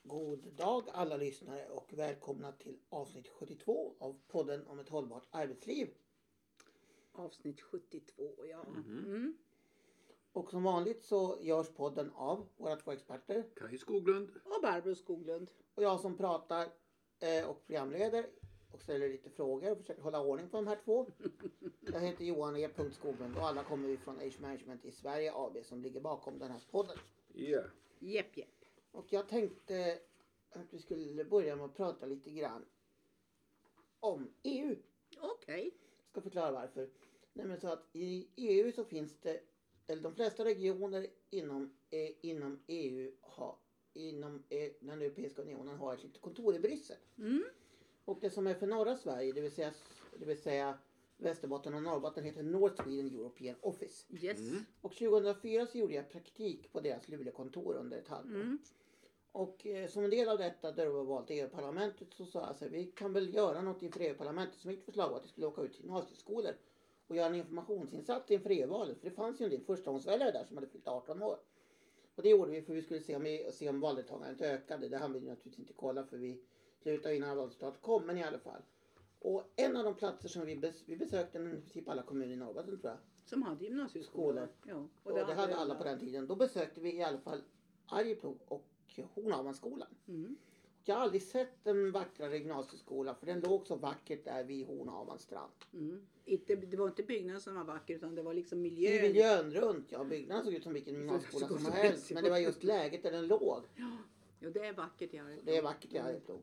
God dag alla lyssnare och välkomna till avsnitt 72 av podden om ett hållbart arbetsliv. Avsnitt 72, ja. Och som vanligt så görs podden av våra två experter. Kaj Skoglund. Och Barbro Skoglund. Och jag som pratar och programleder och ställer lite frågor och försöker hålla ordning på de här två. Jag heter Johan E. Skoglund och alla kommer vi från Age Management i Sverige AB som ligger bakom den här podden. Ja. Jepp. Och jag tänkte att vi skulle börja med att prata lite grann om EU. Okej. Jag ska förklara varför. Nämligen så att i EU så finns det, eller de flesta regioner inom EU den Europeiska unionen har ett litet kontor i Bryssel. Och det som är för norra Sverige, det vill säga Västerbotten och Norrbotten, heter North Sweden European Office. Yes. Och 2004 så gjorde jag praktik på deras Luleå-kontor under ett halvår. Och som en del av detta, där det var valt EU-parlamentet, så sa jag så här, vi kan väl göra något inför EU-parlamentet. Så mitt förslag var att jag skulle åka ut till gymnasieskolor och göra en informationsinsats inför EU-valet. För det fanns ju en del förstagångsväljare där som hade fyllt 18 år. Och det gjorde vi för vi skulle se om valdeltagandet ökade. Det hann vi naturligtvis inte kolla för vi slutade innan valresultatet kom, men i alla fall. Och en av de platser som vi besökte, i princip alla kommuner i Norrbotten tror jag. Som hade gymnasieskolor. Ja. Och det hade alla på den tiden. Då besökte vi i alla fall Arjeplog och Hornavansskolan. Och jag har aldrig sett en vackrare gymnasieskola för den låg så vackert där vid Hornavans strand. Det var inte byggnaden som var vacker utan det var liksom miljön. I miljön runt, ja, byggnaden såg ut som vilken gymnasieskola som helst. Men det var just läget där den låg. Ja, det är vackert i Arjeplog. Det är vackert i Arjeplog.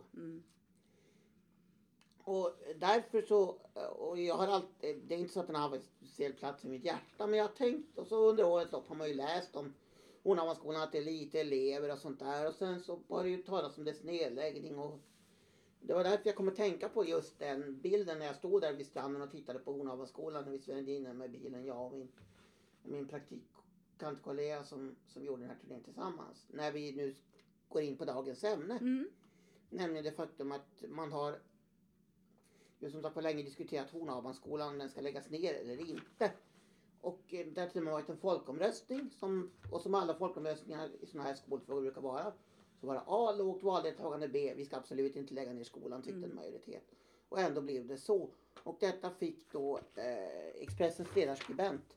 Och därför så, och jag har alltid, det är inte så att den har en speciell plats i mitt hjärta, men jag har tänkt, och så under årets lopp har man ju läst om Hornavansskolan att det är lite elever och sånt där, och sen så var det ju talas om dess nedläggning och det var därför jag kom att tänka på just den bilden när jag stod där vid stranden och tittade på Hornavansskolan när vi svängde in med bilen, jag och min praktikantkollega som gjorde den här turnén tillsammans. När vi nu går in på dagens ämne, nämligen det faktum att man har ju som sagt var länge diskuterat Hornavansskolan om den ska läggas ner eller inte. Och det har till och med varit en folkomröstning som alla folkomröstningar i sådana här skolfrågor brukar vara. Så var det A, lågt valdeltagande, B, vi ska absolut inte lägga ner skolan, tyckte en majoritet. Och ändå blev det så. Och detta fick då Expressens ledarskribent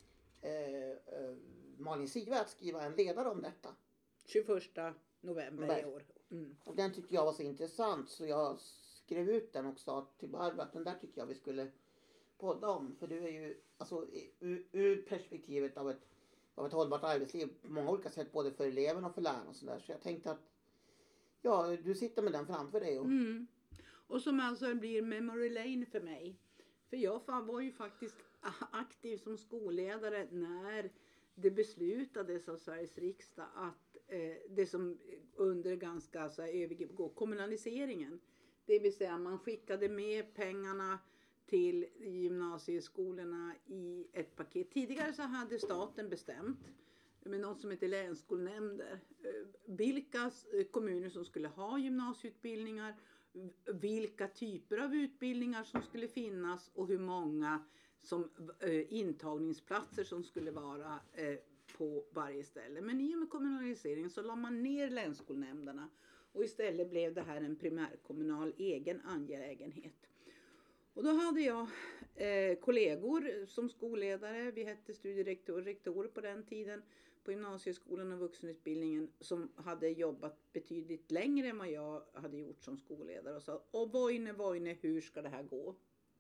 Malin Sive att skriva en ledare om detta. 21 november i år. Och den tyckte jag var så intressant så jag skrev ut den och sa till Barbro att den där tycker jag vi skulle podda om. För du är ju, alltså ur perspektivet av ett hållbart arbetsliv på många olika sätt, både för eleverna och för lärarna och sådär. Så jag tänkte att, ja, du sitter med den framför dig. Och som alltså blir memory lane för mig. För jag var ju faktiskt aktiv som skolledare när det beslutades av Sveriges riksdag att det som under ganska så övergå kommunaliseringen. Det vill säga man skickade med pengarna till gymnasieskolorna i ett paket. Tidigare så hade staten bestämt med något som heter länsskolnämnder vilka kommuner som skulle ha gymnasieutbildningar, vilka typer av utbildningar som skulle finnas och hur många som intagningsplatser som skulle vara på varje ställe. Men i och med kommunaliseringen så la man ner länsskolnämnderna och istället blev det här en primärkommunal egen angelägenhet. Och då hade jag kollegor som skolledare, vi hette studierektor och rektor på den tiden på gymnasieskolan och vuxenutbildningen som hade jobbat betydligt längre än vad jag hade gjort som skolledare och sa, Vojne, hur ska det här gå?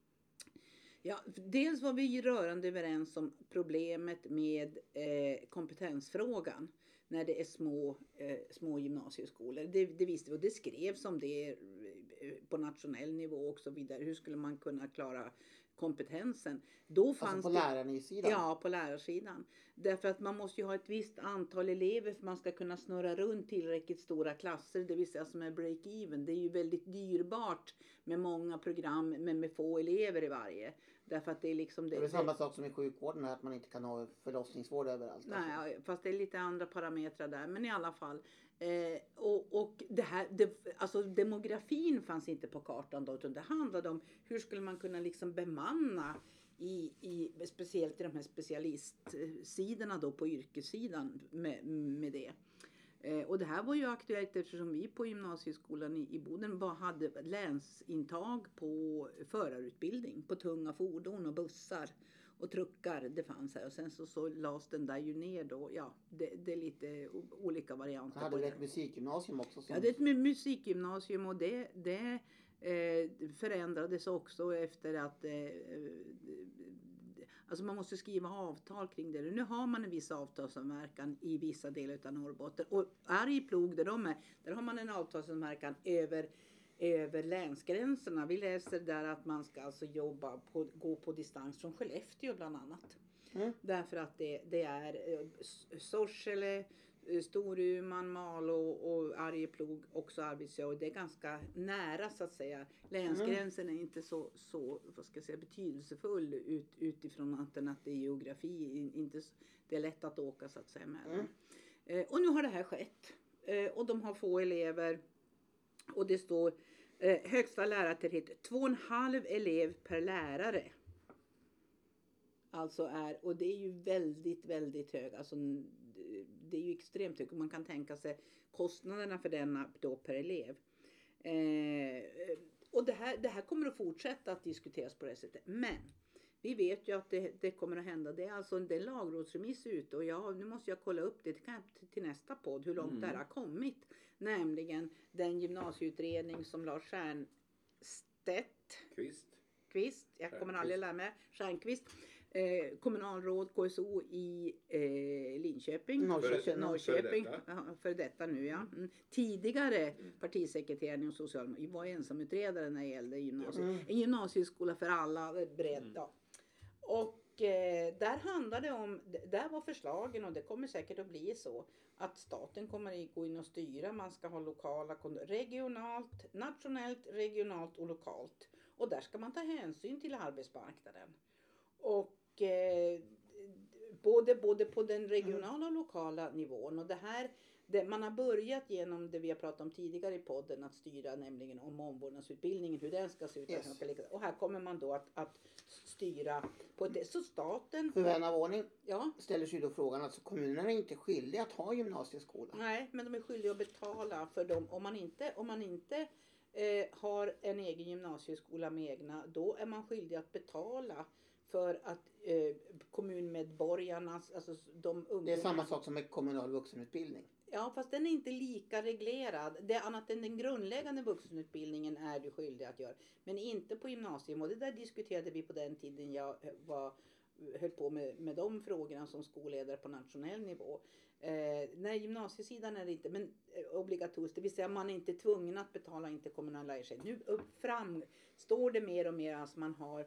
Ja, dels var vi rörande överens om problemet med kompetensfrågan när det är små gymnasieskolor. Det visste vi och det skrevs om det på nationell nivå och så vidare. Hur skulle man kunna klara kompetensen? Då fanns alltså på lärarsidan? Ja, på lärarsidan. Därför att man måste ju ha ett visst antal elever för man ska kunna snurra runt tillräckligt stora klasser. Det vill säga som är break-even. Det är ju väldigt dyrbart med många program men med få elever i varje. Därför att det är liksom det är samma sak som i sjukvården att man inte kan ha förlossningsvård överallt. Nej, fast det är lite andra parametrar där. Men i alla fall. Och det här, alltså demografin fanns inte på kartan då. Utan det handlade om hur skulle man kunna liksom bemanna speciellt i de här specialistsidorna då på yrkessidan med det. Och det här var ju aktuellt eftersom vi på gymnasieskolan i Boden hade länsintag på förarutbildning på tunga fordon och bussar och truckar. Det fanns här och sen så lades den där ju ner då. Ja, det är lite olika varianter. Hade du ett musikgymnasium också? Ja, det är ett musikgymnasium och det förändrades också efter att alltså man måste skriva avtal kring det. Nu har man en viss avtalssamverkan i vissa delar av Norrbotten. Och Arjeplog där har man en avtalssamverkan över länsgränserna. Vi läser där att man ska alltså gå på distans från Skellefteå bland annat. Därför att det är Sorsele, Storuman, Malå och Arjeplog, också Arvidsjaur. Det är ganska nära så att säga. Länsgränsen är inte så vad ska jag säga, betydelsefull utifrån att det är geografi. Det är lätt att åka så att säga mellan. Och nu har det här skett. Och de har få elever. Och det står högsta lärartäthet 2,5 elev per lärare. Alltså och det är ju väldigt, väldigt hög. Alltså det är ju extremt högt. Man kan tänka sig kostnaderna för denna då per elev. Och det här kommer att fortsätta att diskuteras på det sättet. Men vi vet ju att det kommer att hända. Det är alltså en lagrådsremiss ute. Och nu måste jag kolla upp det till nästa podd. Hur långt det här har kommit. Nämligen den gymnasieutredning som Lars Kvist. Jag kommer aldrig lära mig. Stjernquist. Kommunalråd KSO i Linköping. Norrköping. För detta nu ja. Tidigare partisekreterare inom Socialdemokraterna var ensamutredare när det gällde gymnasiet. En gymnasieskola för alla bredd. Och där handlade det om, där var förslagen och det kommer säkert att bli så att staten kommer att gå in och styra. Man ska ha lokala, regionalt, nationellt, regionalt och lokalt. Och där ska man ta hänsyn till arbetsmarknaden. Och både på den regionala och lokala nivån. Och man har börjat genom det vi har pratat om tidigare i podden att styra nämligen om omvårdnadsutbildningen, hur den ska se ut. Yes. Och här kommer man då att styra på det. Så staten... För vän av ordning ställer sig då frågan, alltså kommunerna är inte skyldiga att ha gymnasieskola. Nej, men de är skyldiga att betala för dem. Om man inte har en egen gymnasieskola med egna, då är man skyldig att betala för att kommunmedborgarnas, alltså de ungdomar... Det är samma sak som med kommunal vuxenutbildning. Ja, fast den är inte lika reglerad. Det är annat än den grundläggande vuxenutbildningen är du skyldig att göra. Men inte på gymnasium. Och det där diskuterade vi på den tiden jag höll på med de frågorna som skolledare på nationell nivå. Nej, gymnasiesidan är det inte, men obligatoriskt. Det vill säga man är inte tvungen att betala inte kommunala ersättning. Nu står det mer och mer att man har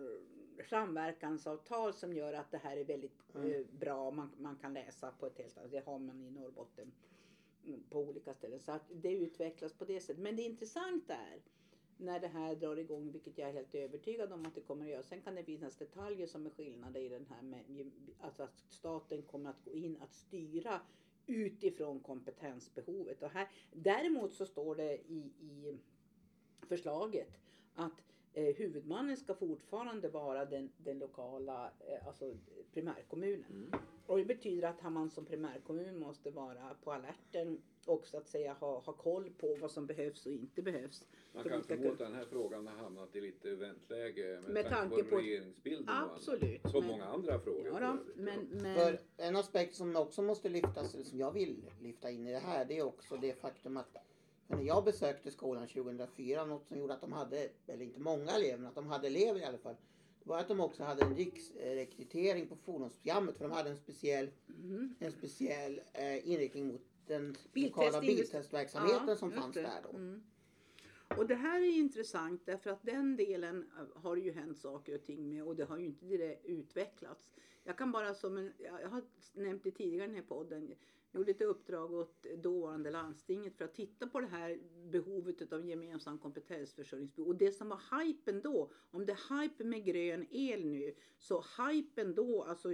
samverkansavtal som gör att det här är väldigt bra. Man kan läsa på ett helt annat. Det har man i Norrbotten på olika ställen. Så att det utvecklas på det sättet. Men det intressanta är när det här drar igång, vilket jag är helt övertygad om att det kommer att göra. Sen kan det finnas detaljer som är skillnader i den här med alltså att staten kommer att gå in att styra utifrån kompetensbehovet. Och här, däremot så står det i förslaget att huvudmannen ska fortfarande vara den lokala, alltså primärkommunen. Och det betyder att man som primärkommun måste vara på alerten och så att säga ha koll på vad som behövs och inte behövs. Man kan förmoda att den här frågan har hamnat i lite väntläge med tanke på regeringsbilden. Absolut. Så många andra frågor. Ja, men... För en aspekt som också måste lyftas, eller som jag vill lyfta in i det här, det är också det faktum att när jag besökte skolan 2004, något som gjorde att de hade, eller inte många elever, men att de hade elever i alla fall, var att de också hade en riksrekrytering på fordonsprogrammet, för de hade en speciell inriktning mot den lokala biltestverksamheten som fanns där då. Och det här är intressant därför att den delen har ju hänt saker och ting med och det har ju inte direkt utvecklats. Jag kan bara jag har nämnt det tidigare i den här podden, gjorde ett uppdrag åt dåvarande landstinget för att titta på det här behovet av gemensam kompetensförsörjningsbehov. Och det som var hypen då, om det är hype med grön el nu, så hypen då, alltså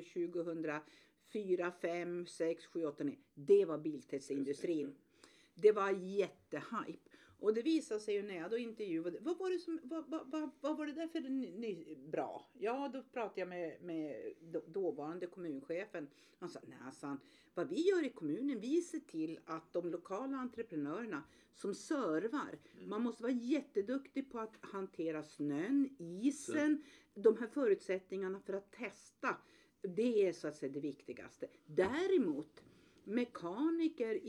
2004, 5, 6, 7, 8, 9, det var biltestindustrin. Det var jättehype. Och det visade sig ju när jag då intervjuade, vad var det där för bra? Ja, då pratade jag med dåvarande kommunchefen. Han sa, nej, vad vi gör i kommunen, vi ser till att de lokala entreprenörerna som servar, man måste vara jätteduktig på att hantera snön, isen, de här förutsättningarna för att testa. Det är så att säga det viktigaste. Däremot mekaniker,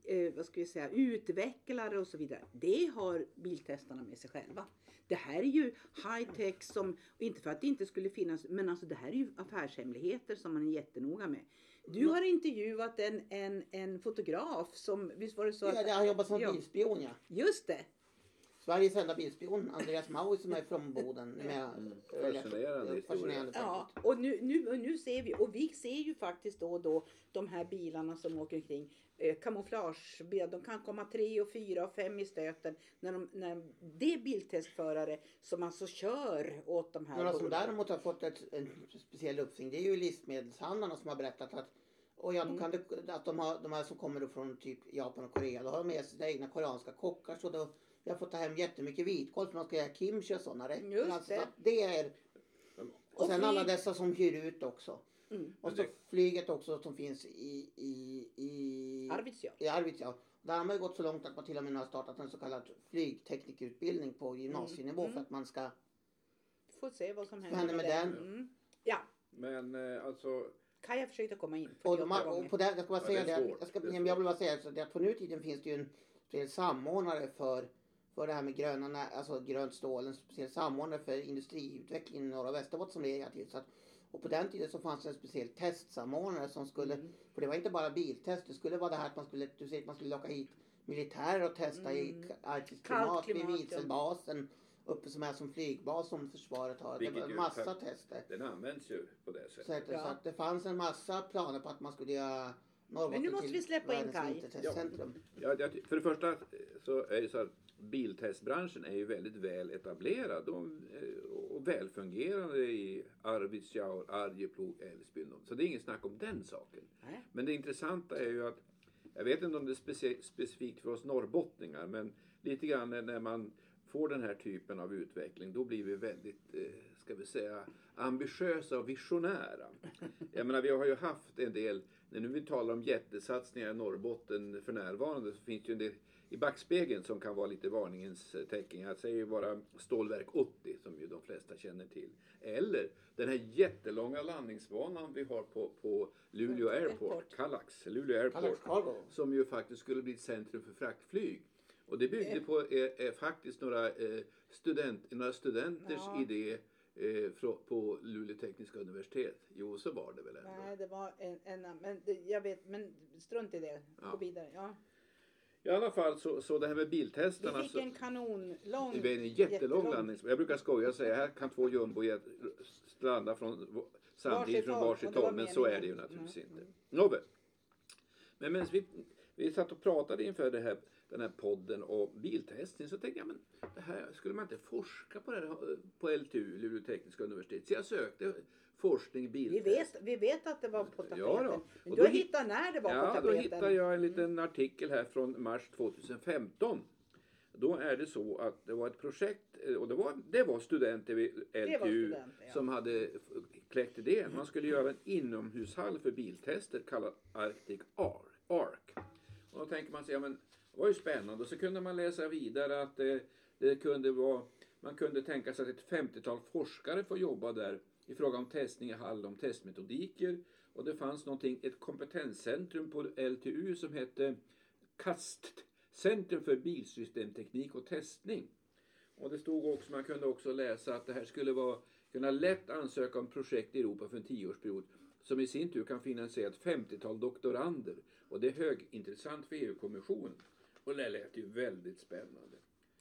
utvecklare och så vidare. Det har biltestarna med sig själva. Det här är ju high-tech som, inte för att det inte skulle finnas, men alltså det här är ju affärshemligheter som man är jättenoga med. Du har intervjuat en fotograf som, visst var det så? Ja, jag har jobbat som bilspion, ja. Just det. Sveriges enda bilspion, Andreas Maui, som är från Boden. Fascinerande. Ja, och nu ser vi, och vi ser ju faktiskt då de här bilarna som åker omkring, kamouflagebilar, de kan komma 3 och 4 och 5 i stöten när det är biltestförare som alltså kör åt de här. Några som däremot har fått en speciell uppsving, det är ju livsmedelshandlarna som har berättat att då kan det, att de här som kommer från typ Japan och Korea, då har de med sig sina egna koreanska kockar, så då jag får ta hem jättemycket vitkål för man ska göra kimchi och sådana rätter. Just alltså, det. Det är, och sen alla dessa som hyr ut också. Och så flyget också som finns i Arvidsjaur. Där har man ju gått så långt att man till och med har startat en så kallad flygteknikerutbildning på gymnasienivå för att man ska få se vad som händer med den. Ja. Men alltså Kaja försökte komma in. Och på det, jag ska bara säga det. Jag vill bara säga att på nu tiden finns det ju en samordnare för det här med grönt stål, en speciell samordnare för industriutveckling i norra och Västerbotten som regeringen har tillsatt. Och på den tiden så fanns det en speciell testsamordnare som skulle, för det var inte bara biltest, det skulle vara det här att man skulle locka hit militärer och testa i arktiskt klimat vid Vidselbasen uppe som är som flygbas som försvaret har. Det var en massa tester. Den används ju på det sättet. Så att det fanns en massa planer på att man skulle göra Norrbotten. Men nu måste vi släppa in Kaj. Ja, för det första så är det så att biltestbranschen är ju väldigt väl etablerad och välfungerande i Arvidsjaur, Arjeplog, Älvsbyn. Så det är inget snack om den saken. Nej. Men det intressanta är ju att, jag vet inte om det är specifikt för oss norrbottningar, men lite grann när man får den här typen av utveckling, då blir vi väldigt, ska vi säga, ambitiösa och visionära. Jag menar, vi har ju haft en del, när nu vi talar om jättesatsningar i Norrbotten för närvarande, så finns det ju en del i backspegeln som kan vara lite varningens tecken. Jag säger ju bara Stålverk 80 som ju de flesta känner till. Eller den här jättelånga landningsbanan vi har på Luleå Airport, Luleå Airport, som ju faktiskt skulle bli ett centrum för fraktflyg. Och det byggde på faktiskt några studenters idé på Luleå tekniska universitet. Jo, så var det väl ändå. Nej, det var jag vet, men strunt i det. Gå vidare, ja. I alla fall så det här med biltesterna. Vi fick en kanonlång. Det är en jättelång landningsbana. Jag brukar skoja och säga här kan 2 jumbojet stranda samtidigt från varsitt håll. Men så är det ju naturligtvis inte. Nåväl. Men medan vi satt och pratade inför den här podden och biltestning, så tänkte jag, men det här skulle man inte forska på det här på LTU, Luleå tekniska universitet. Så jag sökte forskning biltest. Vi vet att det var på tapeten. Ja då. Men du har hittat när det var på tapeten. Ja, då hittade jag en liten artikel här från mars 2015. Då är det så att det var ett projekt, och det var studenter vid LTU som hade kläckt idén. Man skulle göra en inomhushall för biltester kallad Arctic Arc. Och då tänker man sig, ja men det var ju spännande. Och så kunde man läsa vidare att man kunde tänka sig att ett 50-tal forskare får jobba där i fråga om testning i hall, om testmetodiker. Och det fanns ett kompetenscentrum på LTU som hette KAST, Centrum för bilsystemteknik och testning. Och det stod också, man kunde också läsa att det här skulle kunna lätt ansöka om projekt i Europa för en 10-årsperiod som i sin tur kan finansiera ett 50-tal doktorander. Och det är högintressant för EU-kommissionen. Och det lät ju väldigt spännande.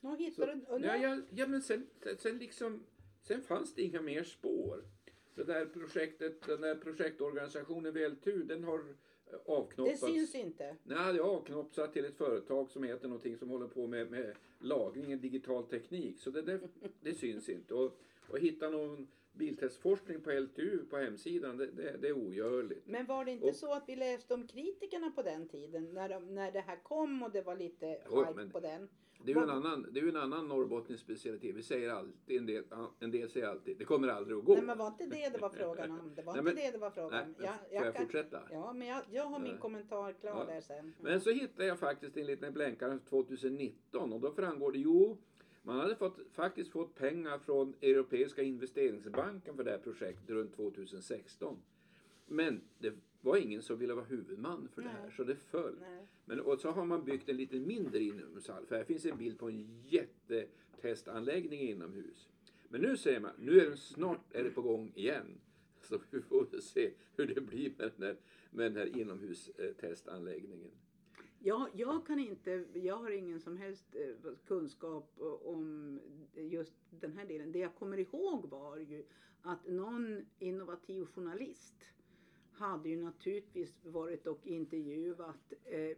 Men sen fanns det inga mer spår. Den där projektorganisationen VLTU, den har avknoppats. Det syns inte. Nej, det har avknoppats till ett företag som heter någonting som håller på med lagring, digital teknik. Så det syns inte. Och hitta någon biltestforskning på LTU på hemsidan, det är ogörligt. Men var det inte så att vi läste om kritikerna på den tiden när det här kom och det var lite hype på den? Det är ju en annan norrbottnisk specialitet. Vi säger alltid, en del säger alltid, det kommer aldrig att gå. Nej, men var inte det var frågan om? Det var inte det var frågan om. Får jag fortsätta? Ja, men jag har min kommentar klar där sen. Men så hittade jag faktiskt en liten blänkare 2019 och då framgår det, man hade faktiskt fått pengar från Europeiska investeringsbanken för det här projektet runt 2016. Men det var ingen som ville vara huvudman för det här, så det föll. Och så har man byggt en lite mindre inomhushall. För här finns en bild på en jättetestanläggning inomhus. Men nu ser man, snart är det på gång igen. Så vi får se hur det blir med den här inomhustestanläggningen. Ja, jag har ingen som helst kunskap om just den här delen. Det jag kommer ihåg var ju att någon innovativ journalist hade ju naturligtvis varit och intervjuat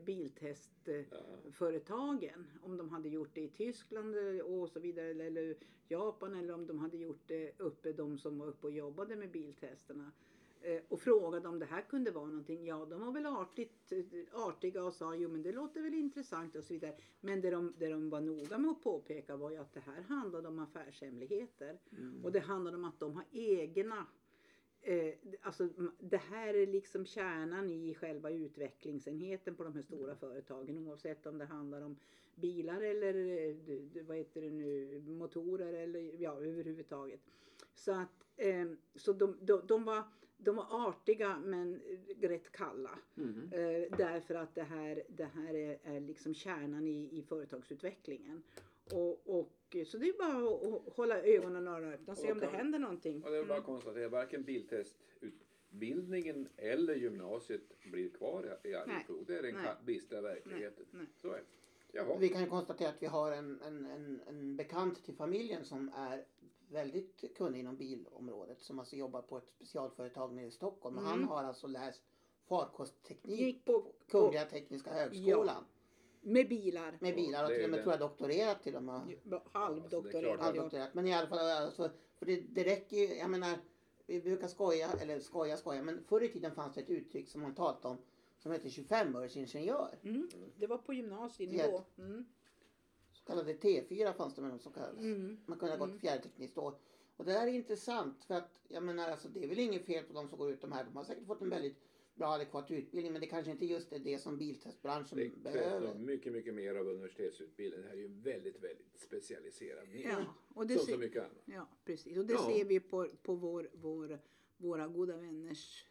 biltestföretagen. Om de hade gjort det i Tyskland och så vidare, eller Japan, eller om de hade gjort det de som var uppe och jobbade med biltesterna. Och frågade om det här kunde vara någonting. Ja, de var väl artiga och sa, jo men det låter väl intressant och så vidare. Men det de var noga med att påpeka var ju att det här handlade om affärshemligheter. Och det handlade om att de har egna, alltså det här är liksom kärnan i själva utvecklingsenheten på de här stora företagen. Oavsett om det handlar om bilar eller vad heter det nu, motorer eller ja, överhuvudtaget. Så att så de var artiga men rätt kalla. Därför att det här är liksom kärnan i företagsutvecklingen. Och så det är bara att hålla ögonen och öronen öppna och se om det händer någonting. Och det är bara att konstatera, varken biltestutbildningen eller gymnasiet blir kvar i Arjeplog. Det är den bistra verkligheten. Nej. Så är det. Jaha. Vi kan ju konstatera att vi har en bekant till familjen som är väldigt kunnig inom bilområdet, som alltså jobbar på ett specialföretag nere i Stockholm. Men han har alltså läst farkostteknik på Kungliga Tekniska Högskolan. Ja. Med bilar. Med bilar och till och med tror jag doktorerat till och med. Halvdoktorerat. Men i alla fall, alltså, för det räcker ju, jag menar, vi brukar skoja, men förr i tiden fanns det ett uttryck som man talade om som heter 25-örsingenjör. Det var på gymnasienivå. Så kallade T4 fanns det med dem som kallades. Man kunde ha gått fjärde tekniskt år. Och det där är intressant för att jag menar alltså det är väl inget fel på de som går ut de här. De har säkert fått en väldigt bra adekvat utbildning, men det kanske inte just är det som biltestbranschen behöver. Det mycket, mycket mer av universitetsutbildning. Det här är ju väldigt, väldigt specialiserad. Ja, och det så mycket annat. Ja, precis. Och det ser vi på våra goda vänners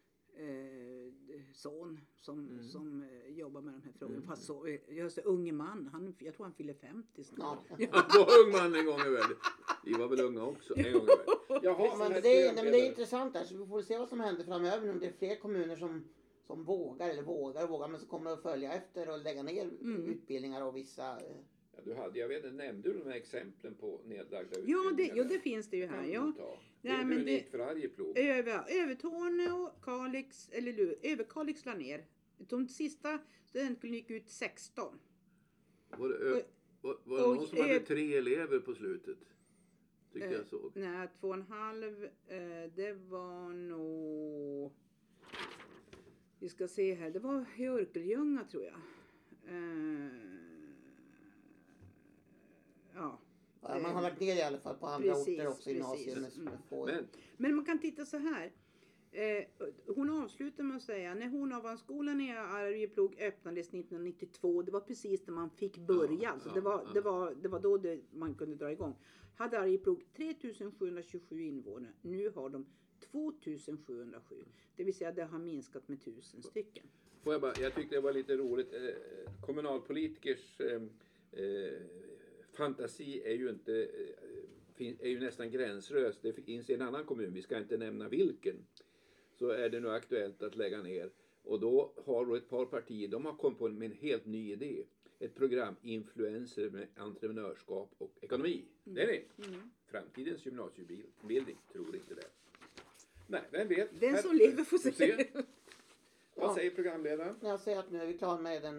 son som jobbar med de här frågorna. Fast så, jag är unge man. Jag tror han fyller 50 snart. Han var ung man en gång i världen. Vi var väl unga också en gång i världen. Jaha, men det är intressant där. Så vi får se vad som händer framöver. Om det är fler kommuner som vågar men som kommer att följa efter och lägga ner utbildningar och vissa... Nämnde du de här exemplen på nedlagda utbildningar? Ja, det finns det ju här. Ja. Det är unikt för Arjeplog. Övertorneå, Kalix, Överkalix la ner. De sista studenten gick ut 16. Var det någon som hade 3 elever på slutet? Tyckte jag såg. Nej, 2,5. Det var nog... Vi ska se här. Det var i Örkelljunga tror jag. Ja. Man har lagt ner i alla fall på andra orter också i gymnasiet. Men man kan titta så här. Hon avslutar med att säga när Hornavansskolan i Arjeplog öppnades 1992, det var precis när man fick börja. Så det var då man kunde dra igång. Hade Arjeplog 3727 invånare. Nu har de 2707. Det vill säga det har minskat med 1000 stycken. Jag tyckte det var lite roligt. Kommunalpolitikers fantasi är ju nästan gränslös. Det finns en annan kommun, vi ska inte nämna vilken, så är det nu aktuellt att lägga ner. Och då har ett par partier, de har kommit på med en helt ny idé. Ett program, influenser med entreprenörskap och ekonomi. Det är det. Framtidens gymnasieutbildning, tror inte det. Nej, vem vet? Den som lever får se. Vad säger programledaren? Jag säger att nu är vi klara med den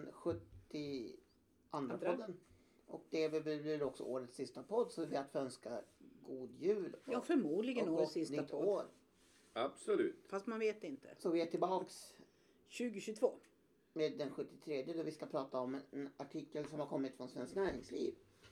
72 podden. Och det blir också årets sista podd, så vi att önska god jul. Ja, förmodligen och årets gott sista nytt podd. år. Absolut. Fast man vet inte. Så vi är tillbaks 2022. med den 73 då vi ska prata om en artikel som har kommit från Svenskt Näringsliv.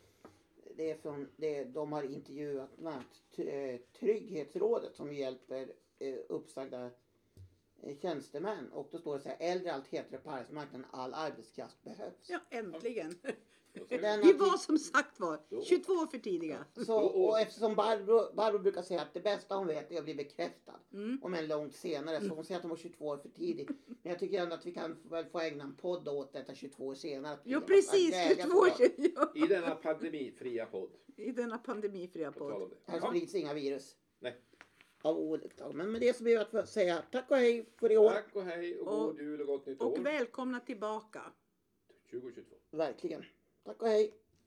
De har intervjuat bland annat Trygghetsrådet som hjälper uppsagda tjänstemän. Och då står det så här: äldre allt hetare på arbetsmarknaden, all arbetskraft behövs. Ja, äntligen. Den Vi var som sagt var 22 för tidiga. Så, och eftersom Barbro brukar säga att det bästa hon vet är att bli bekräftad. Om en långt senare. Så hon säger att hon var 22 år för tidigt. Men jag tycker ändå att vi kan väl få ägna en podd åt detta 22 år senare. Ja, precis. 22 år. Ja. I denna pandemifria podd. I denna pandemifria På tal podd. om det. Här sprids inga virus. Nej. Av olika. Men med det så ber jag att få säga tack och hej för i år. Tack och hej och god jul och gott nytt år. Och välkomna tillbaka. 2022. Verkligen. Tack och hej.